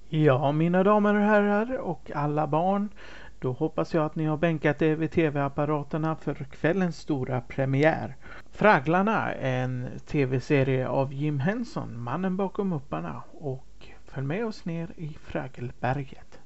Ja, mina damer och herrar och alla barn, då hoppas jag att ni har bänkat er vid tv-apparaterna för kvällens stora premiär. Fragglarna, en tv-serie av Jim Henson, mannen bakom Upparna, och följ med oss ner i Fraggelberget.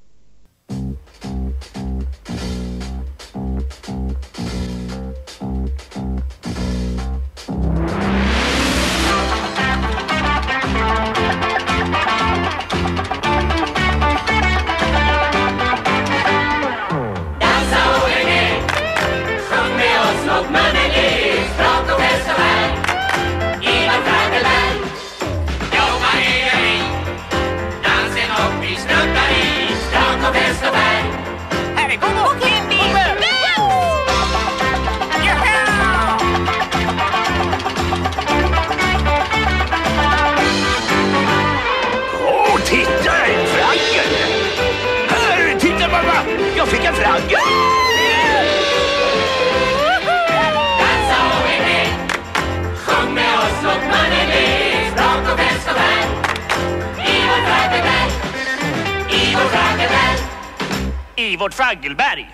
Jag fick en fraggel! Dansa och är med! Sjung med oss, låt mannen le! Språk och fest och värld! I vårt Fraggelberg! I vårt Fraggelberg! I vårt Fraggelberg!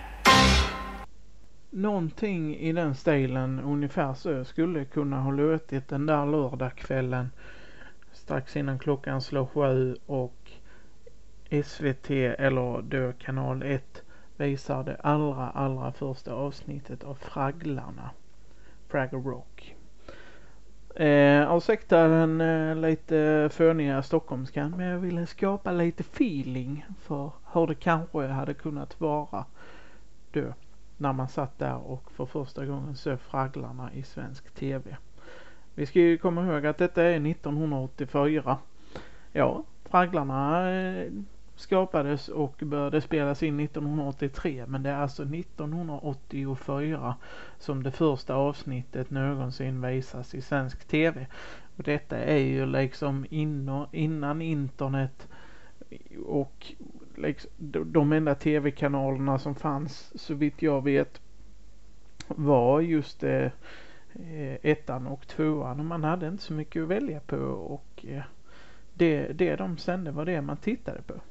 Någonting i den stilen, ungefär så, skulle kunna ha låtit den där lördagskvällen strax innan klockan slår 7 och SVT eller då kanal 1 visar det allra första avsnittet av Fragglarna, Fraggle Rock. Ursäkta den lite fåniga stockholmskan, men jag ville skapa lite feeling för hur det kanske hade kunnat vara då när man satt där och för första gången såg Fragglarna i svensk tv. Vi ska ju komma ihåg att detta är 1984. Ja, Fragglarna skapades och började spelas in 1983, men det är alltså 1984 som det första avsnittet någonsin visas i svensk tv. Och detta är ju liksom innan internet och liksom de enda tv-kanalerna som fanns, så vitt jag vet, var just ettan och tvåan, och man hade inte så mycket att välja på, och det de sände var det man tittade på.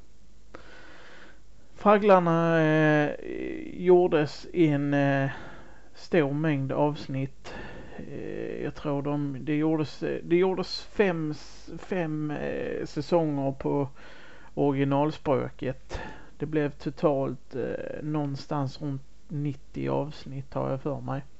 Fragglarna gjordes i en stor mängd avsnitt. Jag tror det gjordes fem säsonger på originalspråket. Det blev totalt någonstans runt 90 avsnitt, har jag för mig.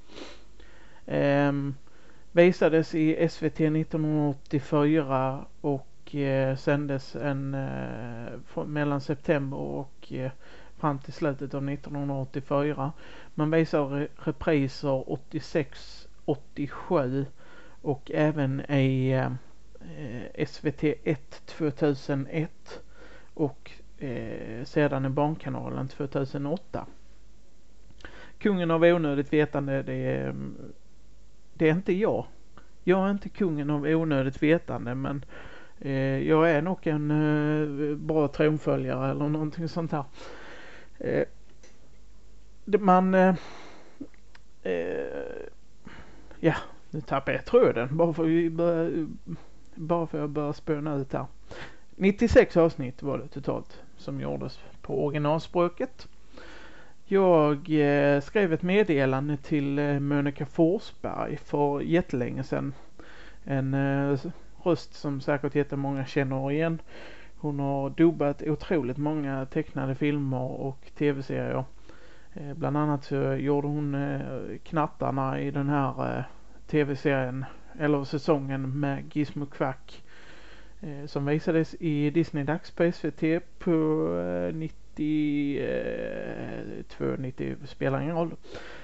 Visades i SVT 1984 och sändes mellan september och fram till slutet av 1984. Man visar repriser 86, 87 och även i SVT 1 2001 och sedan i Barnkanalen 2008. Kungen av onödigt vetande, det är inte jag. Jag är inte kungen av onödigt vetande, men jag är nog en bra tronföljare eller någonting sånt här. Ja, nu tappar jag tråden bara för att börja spåna ut här. 96 avsnitt var det totalt som gjordes på originalspråket. Jag skrev ett meddelande till Monica Forsberg för jättelänge sedan. En röst som säkert jättemånga känner igen. Hon har dubbat otroligt många tecknade filmer och tv-serier. Bland annat så gjorde hon knattarna i den här tv-serien, eller säsongen med Gizmo Quack, som visades i Disney-dags på SVT på 90 spelar ingen roll.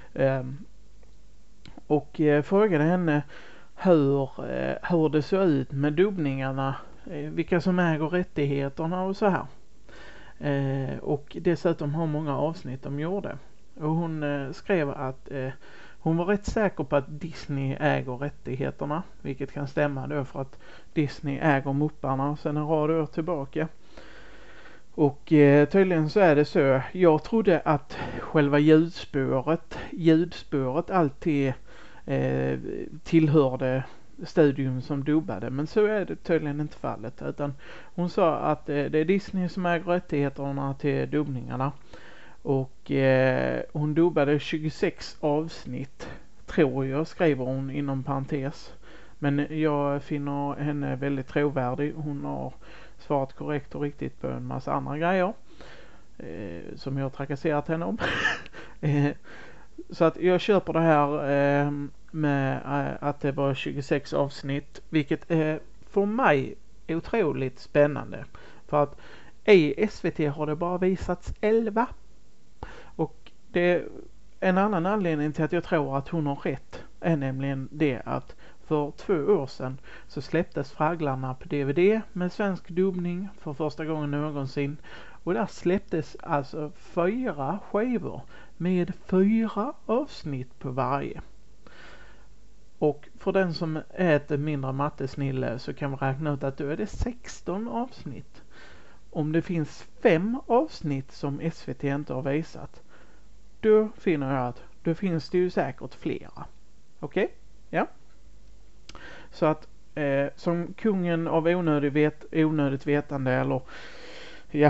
Och frågade henne hur det såg ut med dubbningarna, vilka som äger rättigheterna och så här. Och dessutom har många avsnitt de gjorde. Och hon skrev att hon var rätt säker på att Disney äger rättigheterna, vilket kan stämma då för att Disney äger Mupparna sedan en rad år tillbaka. Och tydligen så är det så. Jag trodde att själva ljudspåret alltid tillhörde studion som dubbade, men så är det tydligen inte fallet, utan hon sa att det är Disney som äger rättigheterna till dubbningarna, och hon dubbade 26 avsnitt, tror jag, skriver hon inom parentes, men jag finner henne väldigt trovärdig. Hon har svarat korrekt och riktigt på en massa andra grejer som jag har trakasserat henne om. Så att jag köper det här med att det var 26 avsnitt, vilket för mig är otroligt spännande. För att i SVT har det bara visats 11. Och det en annan anledning till att jag tror att hon har rätt är nämligen det att för 2 år sedan så släpptes Fragglarna på DVD med svensk dubbning för första gången någonsin. Och där släpptes alltså 4 skivor med 4 avsnitt på varje. Och för den som är ett mindre mattesnille så kan vi räkna ut att då är det 16 avsnitt. Om det finns 5 avsnitt som SVT inte har visat, då finner jag att då finns det ju säkert flera. Okej? Ja. Så att som kungen av onödigt vetande, eller ja,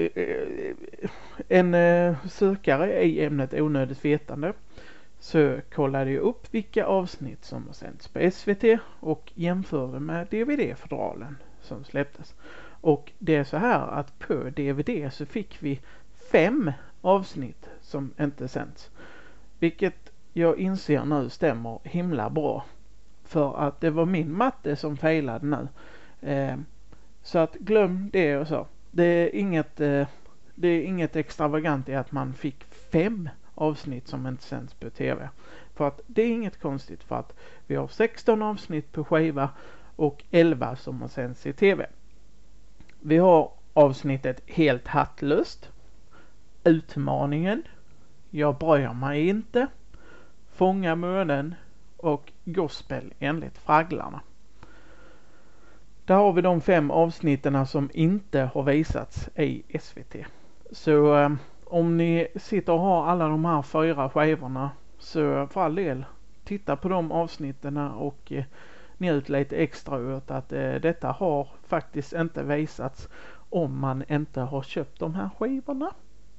en sökare i ämnet onödigt vetande, så kollade jag upp vilka avsnitt som har sänds på SVT och jämförde med DVD-fodralen som släpptes. Och det är så här att på DVD så fick vi 5 avsnitt som inte sänds. Vilket jag inser nu stämmer himla bra. För att det var min matte som failade nu. Så att glöm det och så. Det är inget extravagant i att man fick 5 avsnitt som inte sänds på tv. För att det är inget konstigt, för att vi har 16 avsnitt på skiva och 11 som har sänds i tv. Vi har avsnittet Helt hattlöst, Utmaningen, Jag bryr mig inte, Fånga månen och Gospel enligt Fragglarna. Där har vi de 5 avsnitten som inte har visats i SVT. Så om ni sitter och har alla de här 4 skivorna, så för all del, titta på de avsnitten och njut lite extra åt att detta har faktiskt inte visats om man inte har köpt de här skivorna.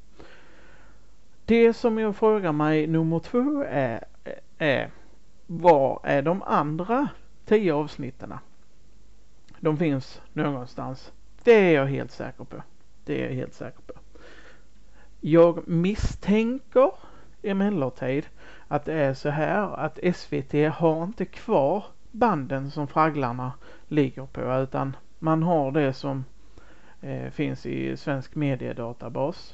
Det som jag frågar mig nummer 2 är vad är de andra 10 avsnitten? De finns någonstans. Det är jag helt säker på. Jag misstänker emellertid att det är så här att SVT har inte kvar banden som Fragglarna ligger på, utan man har det som finns i svensk mediedatabas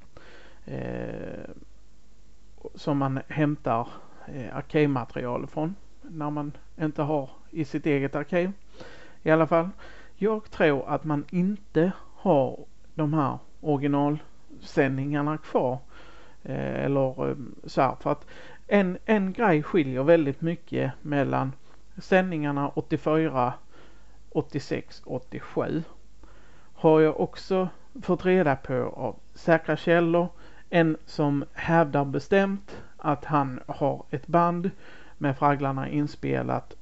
som man hämtar arkivmaterial från när man inte har i sitt eget arkiv. I alla fall, jag tror att man inte har de här originalsändningarna kvar. Eller så här, för att en grej skiljer väldigt mycket mellan sändningarna 84, 86, 87. Har jag också fått reda på av säkra källor. En som hävdar bestämt att han har ett band med Fragglarna inspelat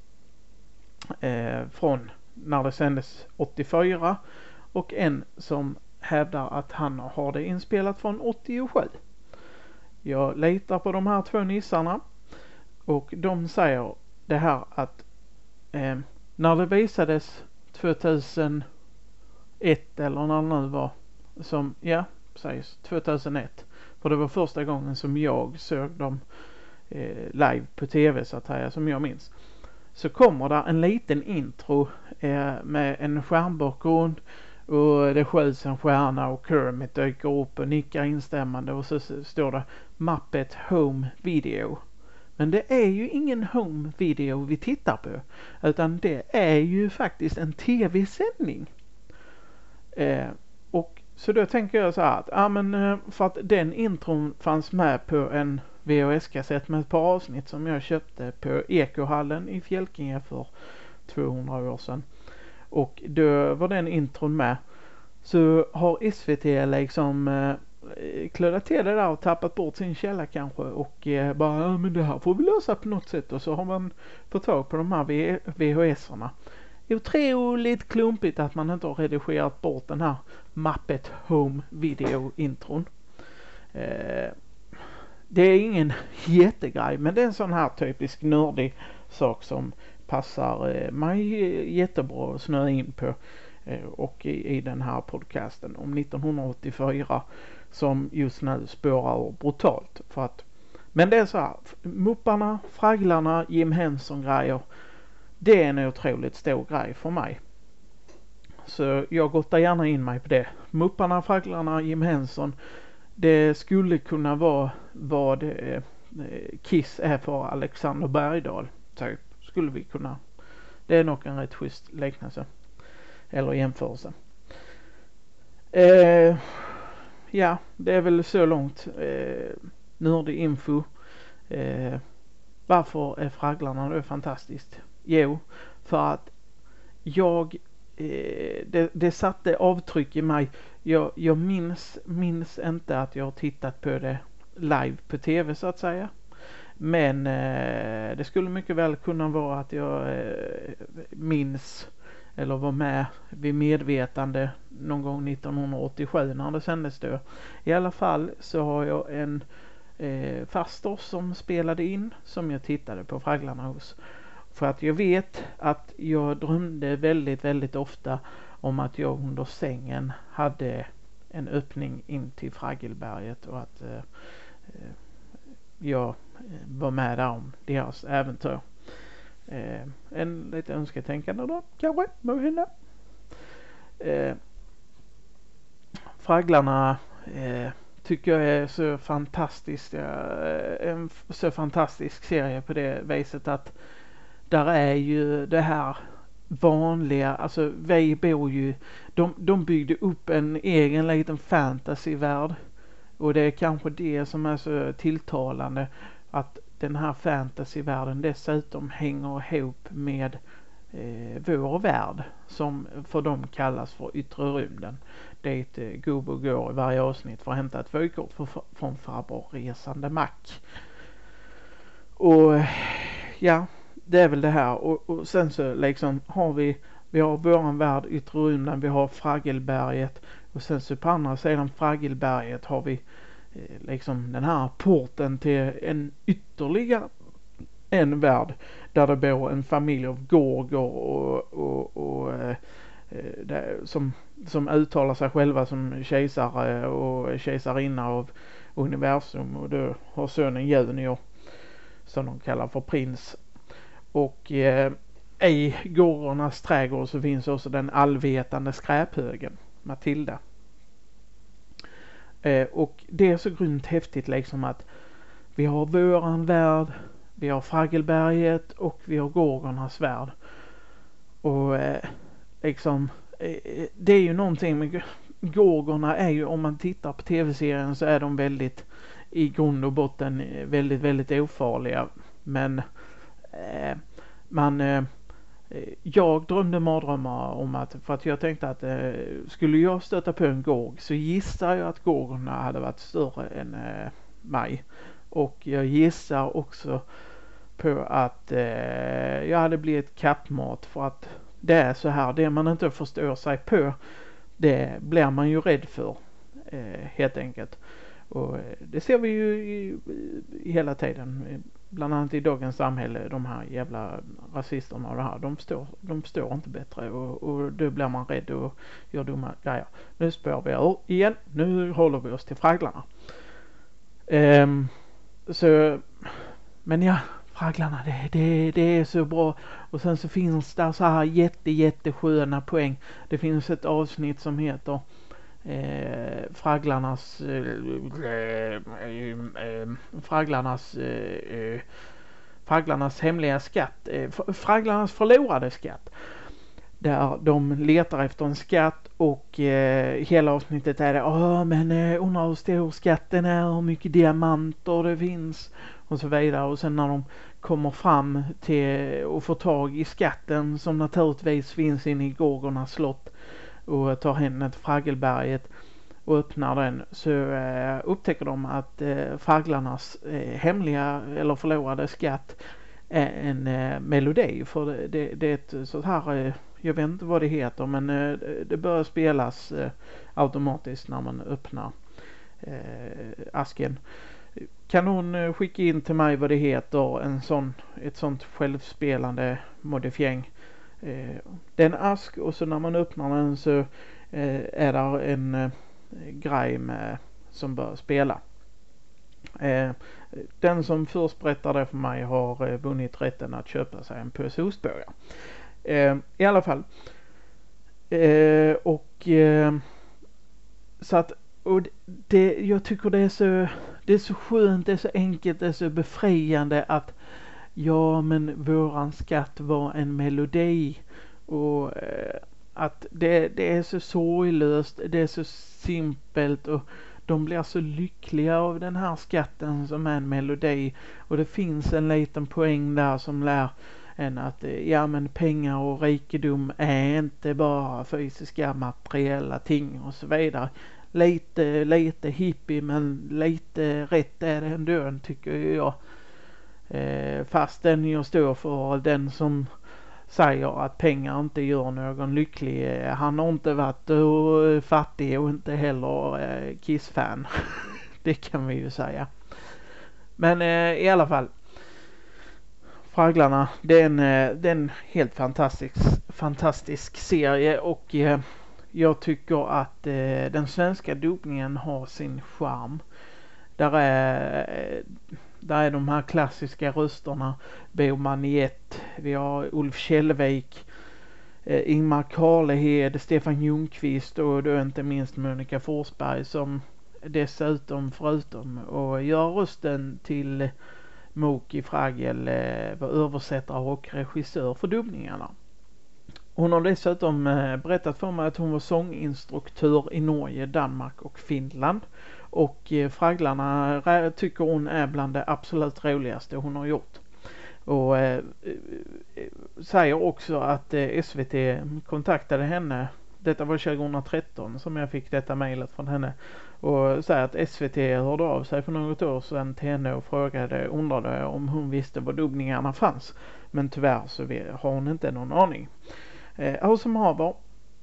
från när det sändes 84, och en som hävdar att han har det inspelat från 87. Jag letar på de här 2 nissarna och de säger det här att när det visades 2001 eller när det nu var, som sägs 2001, för det var första gången som jag såg dem live på tv så att säga, som jag minns, så kommer där en liten intro med en skärmbakgrund och det skjuts en stjärna och Kermit dyker upp och nickar instämmande och så står det Muppet Home Video. Men det är ju ingen home video vi tittar på, utan det är ju faktiskt en tv-sändning. Och så då tänker jag så här att för att den intron fanns med på en VHS-kassett med ett par avsnitt som jag köpte på Ekohallen i Fjälkinge för 200 år sedan. Och då var den intron med, så har SVT liksom klödat till det där och tappat bort sin källa kanske och bara ja, men det här får vi lösa på något sätt, och så har man fått tag på de här VHS-erna. Otroligt klumpigt att man inte har redigerat bort den här Muppet Home Video-intron. Det är ingen jättegrej, men det är en sån här typisk nördig sak som passar mig jättebra att snöa in på. Och i den här podcasten om 1984 som just nu spårar brutalt. Men det är så här, Mupparna, Fragglarna, Jim Henson-grejer, det är en otroligt stor grej för mig. Så jag gottar gärna in mig på det. Mupparna, Fragglarna, Jim Henson, det skulle kunna vara vad Kiss är för Alexander Bergdahl. Så skulle vi kunna. Det är nog en rätt schysst liknelse. Eller jämförelse. Ja, det är väl så långt. Nördig info. Varför är Fragglarna då fantastiskt? Jo, för att det satte avtryck i mig. Jag minns inte att jag har tittat på det live på tv så att säga. Men det skulle mycket väl kunna vara att jag minns eller var med vid medvetande någon gång 1987 när det sändes då. I alla fall så har jag en faster som spelade in som jag tittade på Fragglarna hos. För att jag vet att jag drömde väldigt, väldigt ofta om att jag under sängen hade en öppning in till Fraggelberget och att jag var med där om deras äventyr. En lite önsketänkande då, kanske, måhända. Fragglarna tycker jag är så fantastiskt, en så fantastisk serie på det viset att där är ju det här vanliga, alltså vi bor ju, de byggde upp en egen liten fantasyvärld och det är kanske det som är så tilltalande att den här fantasyvärlden dessutom hänger ihop med vår värld som för dem kallas för yttre rymden. Dit Gubbo går i varje avsnitt för att hämta ett vykort från farbror Resande Mack. Och ja, det är väl det här. Och sen så liksom har vi har våran värld, yttre rymden, vi har Fraggelberget och sen så på andra sidan Fraggelberget har vi liksom den här porten till en ytterligare en värld där det bor en familj av gorgor som uttalar sig själva som kejsare och kejsarinna av universum, och då har sonen Junior som de kallar för prins. Och i gorgornas trädgård så finns också den allvetande skräphögen Matilda. Och det är så grymt häftigt liksom att vi har våran värld, vi har Fraggelberget och vi har gorgornas värld. Och liksom det är ju någonting med gorgorna är ju, om man tittar på tv-serien så är de väldigt i grund och botten väldigt, väldigt ofarliga. Men jag drömde mardrömmar om att, för att jag tänkte att skulle jag stöta på en gorg så gissar jag att gorgorna hade varit större än mig. Och jag gissar också på att jag hade blivit kappmat, för att det är så här, det man inte förstår sig på, det blir man ju rädd för helt enkelt. Och det ser vi ju hela tiden, bland annat i dagens samhälle, de här jävla rasisterna och det här, de står inte bättre och då blir man rädd och gör dumma grejer. Nu spår vi igen, nu håller vi oss till Fragglarna. Så, men ja, Fragglarna, det är så bra. Och sen så finns det så här jättesköna poäng. Det finns ett avsnitt som heter Fragglarnas hemliga skatt, Fragglarnas förlorade skatt, där de letar efter en skatt och hela avsnittet är det men undrar hur stor skatten är, hur mycket diamanter det finns och så vidare. Och sen när de kommer fram till och får tag i skatten, som naturligtvis finns inne i gorgornas slott, och tar henne till Fraggelberget, och öppnar den så upptäcker de att Fragglarnas hemliga eller förlorade skatt är en melodi. För det är ett sånt här, jag vet inte vad det heter, men det börjar spelas automatiskt när man öppnar asken. Kan hon skicka in till mig vad det heter, ett sånt självspelande modifiering? Det är en ask och så när man öppnar den så är där en grej med, som bör spela. Den som först berättar det för mig har vunnit rätten att köpa sig en påse ostbågar. I alla fall. Så att, och jag tycker det är så skönt, det är så enkelt, det är så befriande att ja, men våran skatt var en melodi och att det är så sorglöst, det är så simpelt och de blir så lyckliga av den här skatten som är en melodi och det finns en liten poäng där som lär en att ja, men pengar och rikedom är inte bara fysiska materiella ting och så vidare. Lite hippie men lite rätt är det ändå, tycker jag. Fast den jag står för, den som säger att pengar inte gör någon lycklig, han har inte varit fattig och inte heller Kiss-fan. Det kan vi ju säga. Men i alla fall, Fragglarna, det är en helt fantastisk serie och jag tycker att den svenska dubbningen har sin charm. Där är de här klassiska rösterna, Bo Maniet, vi har Ulf Källvik, Ingmar Karlehed, Stefan Ljungqvist och då inte minst Monica Forsberg som dessutom förutom att göra rösten till Moki Fraggel var översättare och regissör för dubbningarna. Hon har dessutom berättat för mig att hon var sånginstruktör i Norge, Danmark och Finland. Och Fragglarna tycker hon är bland det absolut roligaste hon har gjort. Och säger också att SVT kontaktade henne. Detta var 2013 som jag fick detta mejlet från henne. Och säger att SVT hörde av sig för något år sedan till henne och undrade om hon visste var dubbningarna fanns. Men tyvärr så har hon inte någon aning. Som haver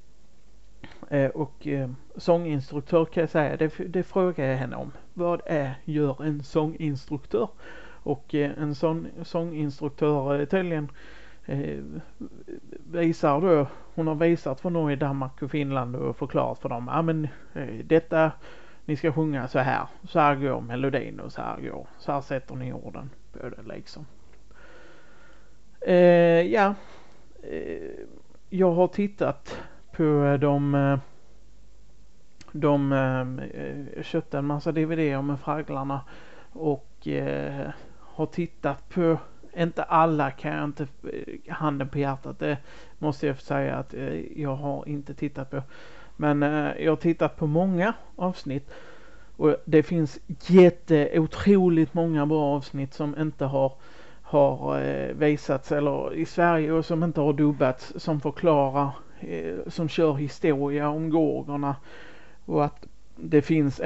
och sånginstruktör kan jag säga, det frågar jag henne om. Vad gör en sånginstruktör? Och en sånginstruktör tydligen visar då, hon har visat för Norge, Danmark och Finland och förklarat för dem, ja men detta, ni ska sjunga så här går melodin och så här sätter ni orden på det liksom. Jag har tittat på jag köpte en massa DVD med Fragglarna och har tittat på, inte alla kan jag inte handen på hjärtat, det måste jag säga att jag har inte tittat på, men jag har tittat på många avsnitt och det finns otroligt många bra avsnitt som inte har visats eller i Sverige och som inte har dubbats, som förklarar, som kör historia om Gorgorna och att det finns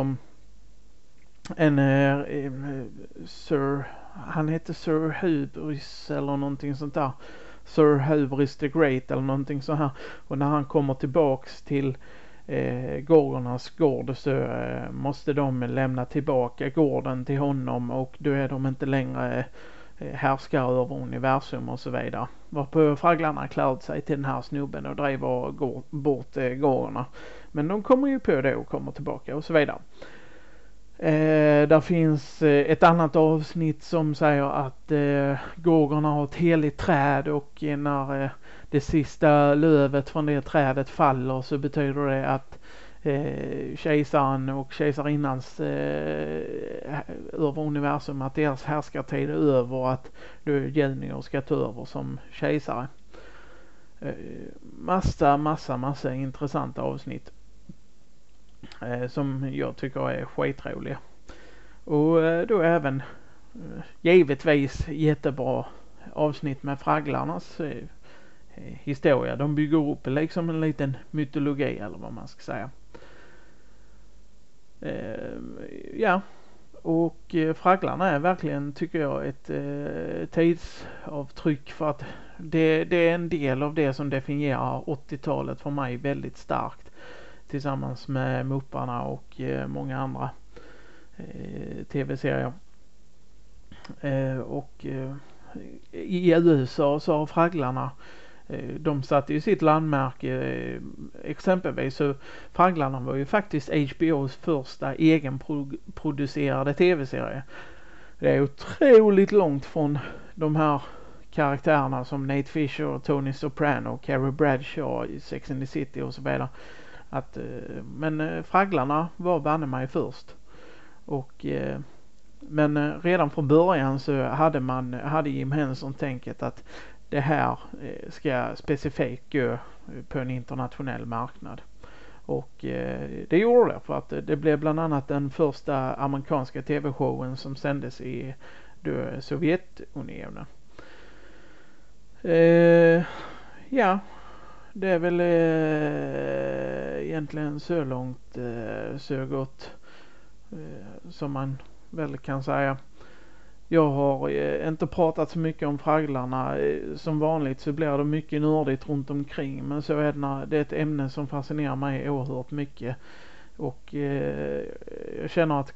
han heter Sir Hubris eller någonting sånt där, Sir Hubris the Great eller någonting så här, och när han kommer tillbaks till Gorgornas gård så måste de lämna tillbaka gården till honom och då är de inte längre härskare över universum och så vidare. Varpå Fragglarna klärde sig till den här snubben och drev bort Gorgorna. Men de kommer ju på det och kommer tillbaka och så vidare. Där finns ett annat avsnitt som säger att Gorgorna har ett heligt träd och när det sista lövet från det trädet faller så betyder det att kejsaren och kejsarinnans över universum, att deras härskartid är över och att då Junior ska ta över som kejsare. Massa intressanta avsnitt som jag tycker är skitroliga. Och då även givetvis jättebra avsnitt med Fragglarnas historia. De bygger upp liksom en liten mytologi eller vad man ska säga. Ja, och Fragglarna är verkligen, tycker jag, ett tidsavtryck, för att det är en del av det som definierar 80-talet för mig väldigt starkt, tillsammans med Mupparna och många andra tv-serier. Och i USA så har Fragglarna, de satte ju sitt landmärke, exempelvis så Fragglarna var ju faktiskt HBOs första egenproducerade tv-serie. Det är otroligt långt från de här karaktärerna som Nate Fisher, Tony Soprano, Carrie Bradshaw i Sex and the City och så vidare. Men Fragglarna var banne mig först. Och men redan från början så hade Jim Henson tänket att det här ska specifikt gå på en internationell marknad. Och det gjorde det, för att det blev bland annat den första amerikanska tv-showen som sändes i Sovjetunionen. Ja, det är väl egentligen så långt så gott som man väl kan säga. Jag har inte pratat så mycket om Fragglarna. Som vanligt så blir det mycket nördigt runt omkring. Men så är det är ett ämne som fascinerar mig oerhört mycket. Och jag känner att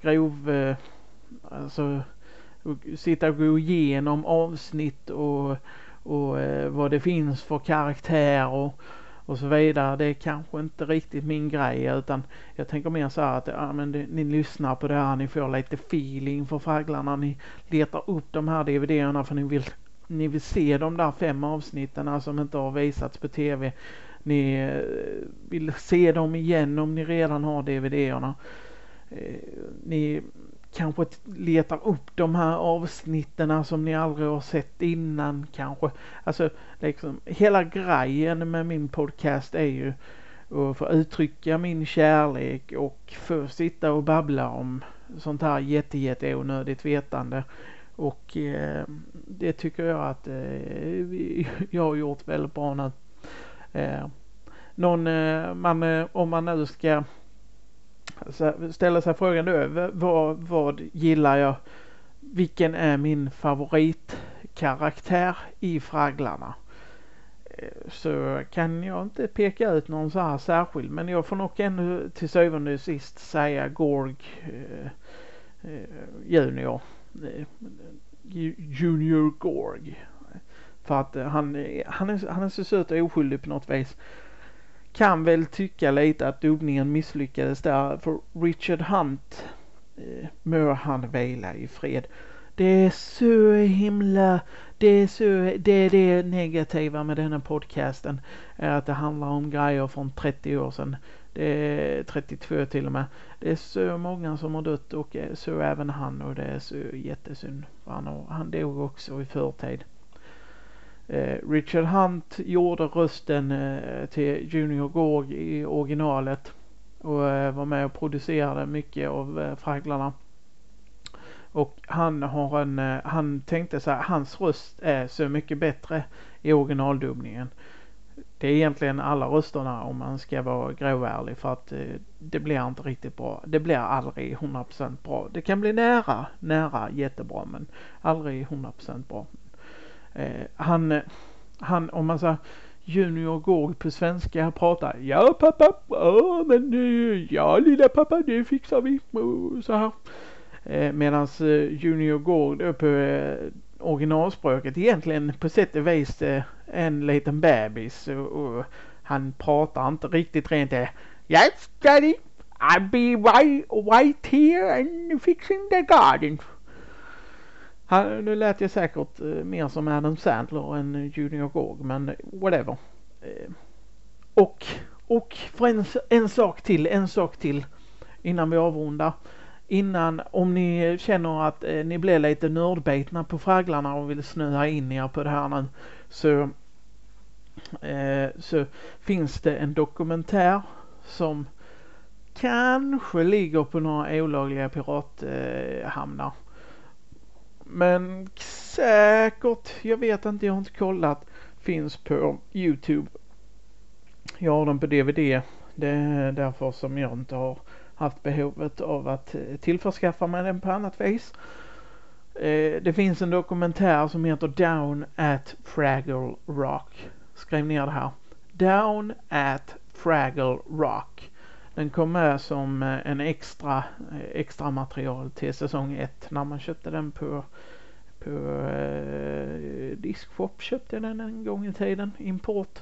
sitta och gå igenom avsnitt och vad det finns för karaktär och så vidare. Det är kanske inte riktigt min grej, utan jag tänker mer så här att ni lyssnar på det här, ni får lite feeling för Fragglarna, ni letar upp de här DVD-erna för ni vill se de där 5 avsnitten som inte har visats på tv. Ni vill se dem igen om ni redan har DVD-erna. Ni kanske letar upp de här avsnitten som ni aldrig har sett innan kanske. Alltså liksom hela grejen med min podcast är ju att få uttrycka min kärlek och få sitta och babbla om sånt här jätte onödigt vetande. Och det tycker jag att jag har gjort väldigt bra nu. Om man nu ska ställa sig frågan då, vad gillar jag? Vilken är min favoritkaraktär i Fragglarna? Så kan jag inte peka ut någon så här särskild, men jag får nog ännu till syvende och sist säga Gorg Junior Gorg. För att han är så söt och oskyldig på något vis. Kan väl tycka lite att dubbningen misslyckades där, för Richard Hunt må han vila i fred. Det är så himla, det är det negativa med denna podcasten, är att det handlar om grejer från 30 år sedan. Det är 32 till och med. Det är så många som har dött, och så även han, och det är så jättesynd. Han dog också i förtid. Richard Hunt gjorde rösten till Junior Gorg i originalet och var med och producerade mycket av Fragglarna. Och han tänkte så här, hans röst är så mycket bättre i originaldubbningen. Det är egentligen alla rösterna, om man ska vara gråärlig, för att det blir inte riktigt bra. Det blir aldrig 100% bra. Det kan bli nära jättebra, men aldrig 100% bra. Han om man säger Junior Gorg på svenska pratar, ja pappa, ja lilla pappa, det fixar vi, så här. Medans Junior Gorg då på originalspråket egentligen på sätt och vis en liten bebis, och han pratar inte riktigt rent det. Yes daddy, I'll be right here and fixing the garden. Nu lät jag säkert mer som Adam Sandler än Junior Gorg, men whatever. Och för en sak till innan vi avrundar. Om ni känner att ni blir lite nördbitna på Fragglarna och vill snöa in er på det här nu, så finns det en dokumentär som kanske ligger på några olagliga pirathamnar. Men säkert, jag vet inte, jag har inte kollat, finns på YouTube. Jag har den på DVD. Det är därför som jag inte har haft behovet av att tillförskaffa mig den på annat vis. Det finns en dokumentär som heter Down at Fraggle Rock. Skriv ner det här. Down at Fraggle Rock. Den kom med som en extra material till säsong 1 när man köpte den på Diskshop. Köpte jag den en gång i tiden. Import.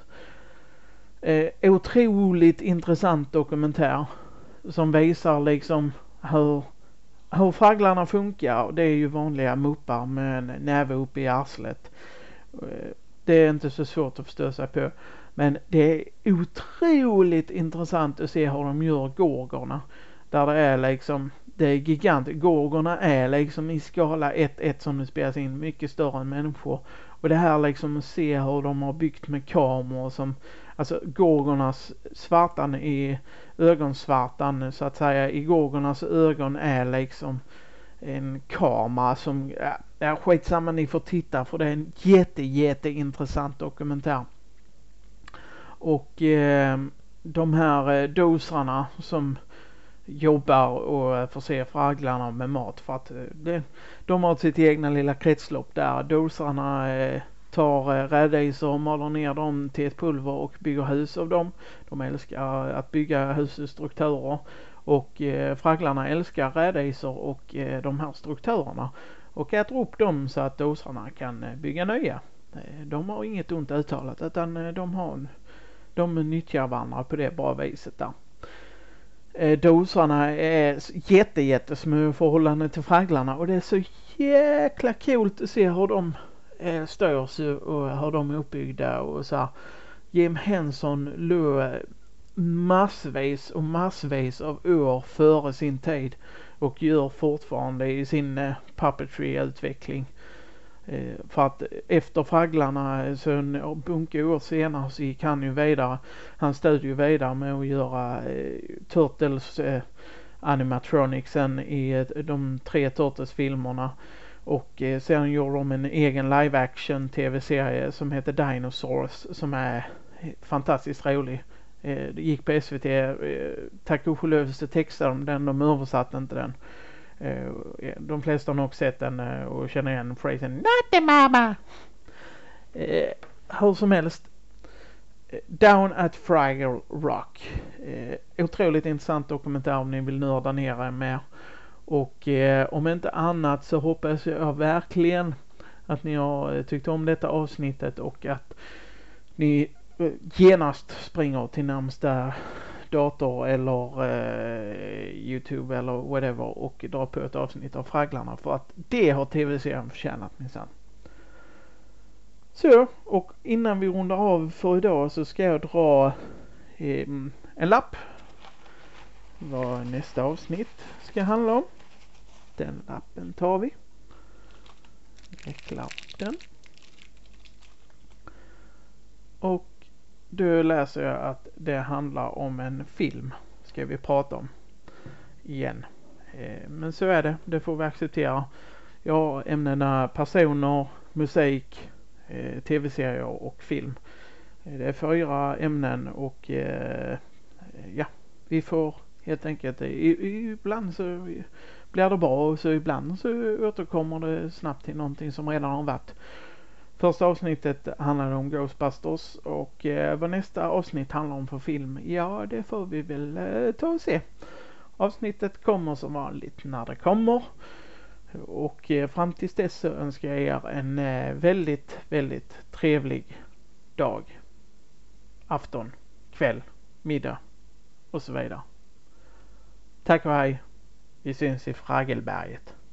Otroligt intressant dokumentär som visar liksom hur fragglarna funkar. Det är ju vanliga muppar med en näve upp i arslet. Det är inte så svårt att förstå sig på. Men det är otroligt intressant att se hur de gör gorgorna. Där det är liksom, det är gigant. Gorgorna är liksom i skala 1-1 som det spelas in, mycket större än människor. Och det här liksom att se hur de har byggt med kameror som, alltså gorgornas svartan i ögonsvartan så att säga, i gorgornas ögon är liksom en kamera som, skitsamma, ni får titta för det är en jätteintressant dokumentär. Och de här dosarna som jobbar och förser fragglarna med mat för att de har sitt egna lilla kretslopp där. Dosarna tar rädisor och maler ner dem till ett pulver och bygger hus av dem. De älskar att bygga husstrukturer och fragglarna älskar rädisor och de här strukturerna och äter upp dem så att dosarna kan bygga nya. De har inget ont uttalat utan de nyttjar varandra på det bra viset där. Dosarna är jättesmå i förhållande till fragglarna och det är så jäkla coolt att se hur de störs och hur de är uppbyggda och så här. Jim Henson låg massvis av år före sin tid och gör fortfarande i sin puppetry-utveckling. För att efter fragglarna så en bunke år senare så gick han ju vidare. Han stöd ju vidare med att göra Turtles animatronicsen i de 3 Turtles-filmerna. Och sen gjorde de en egen live-action tv-serie som heter Dinosaurs som är fantastiskt rolig. Det gick på SVT. Tack och förlåt textade den, de översatte inte den. De flesta har nog sett den och känner igen phrasen Not the mama. Hur som helst, Down at Fraggle Rock. Otroligt intressant dokumentär om ni vill nörda ner er mer. Och om inte annat så hoppas jag verkligen att ni har tyckt om detta avsnittet och att ni genast springer till närmsta dator eller YouTube eller whatever och drar på ett avsnitt av Fragglarna för att det har tv-serien förtjänat minsann. Så, och innan vi rundar av för idag så ska jag dra en lapp vad nästa avsnitt ska handla om. Den lappen tar vi. Vecklar den. Och då läser jag att det handlar om en film. Ska vi prata om igen. Men så är det. Det får vi acceptera. Jag har ämnena personer, musik, tv-serier och film. Det är 4 ämnen och ja, vi får helt enkelt ibland så blir det bra och så ibland så återkommer det snabbt till någonting som redan har varit. Första avsnittet handlar om Ghostbusters och vad nästa avsnitt handlar om för film, ja det får vi väl ta och se. Avsnittet kommer som vanligt när det kommer och fram tills dess så önskar jag er en väldigt trevlig dag, afton, kväll, middag och så vidare. Tack och hej, vi syns i Fraggelberget.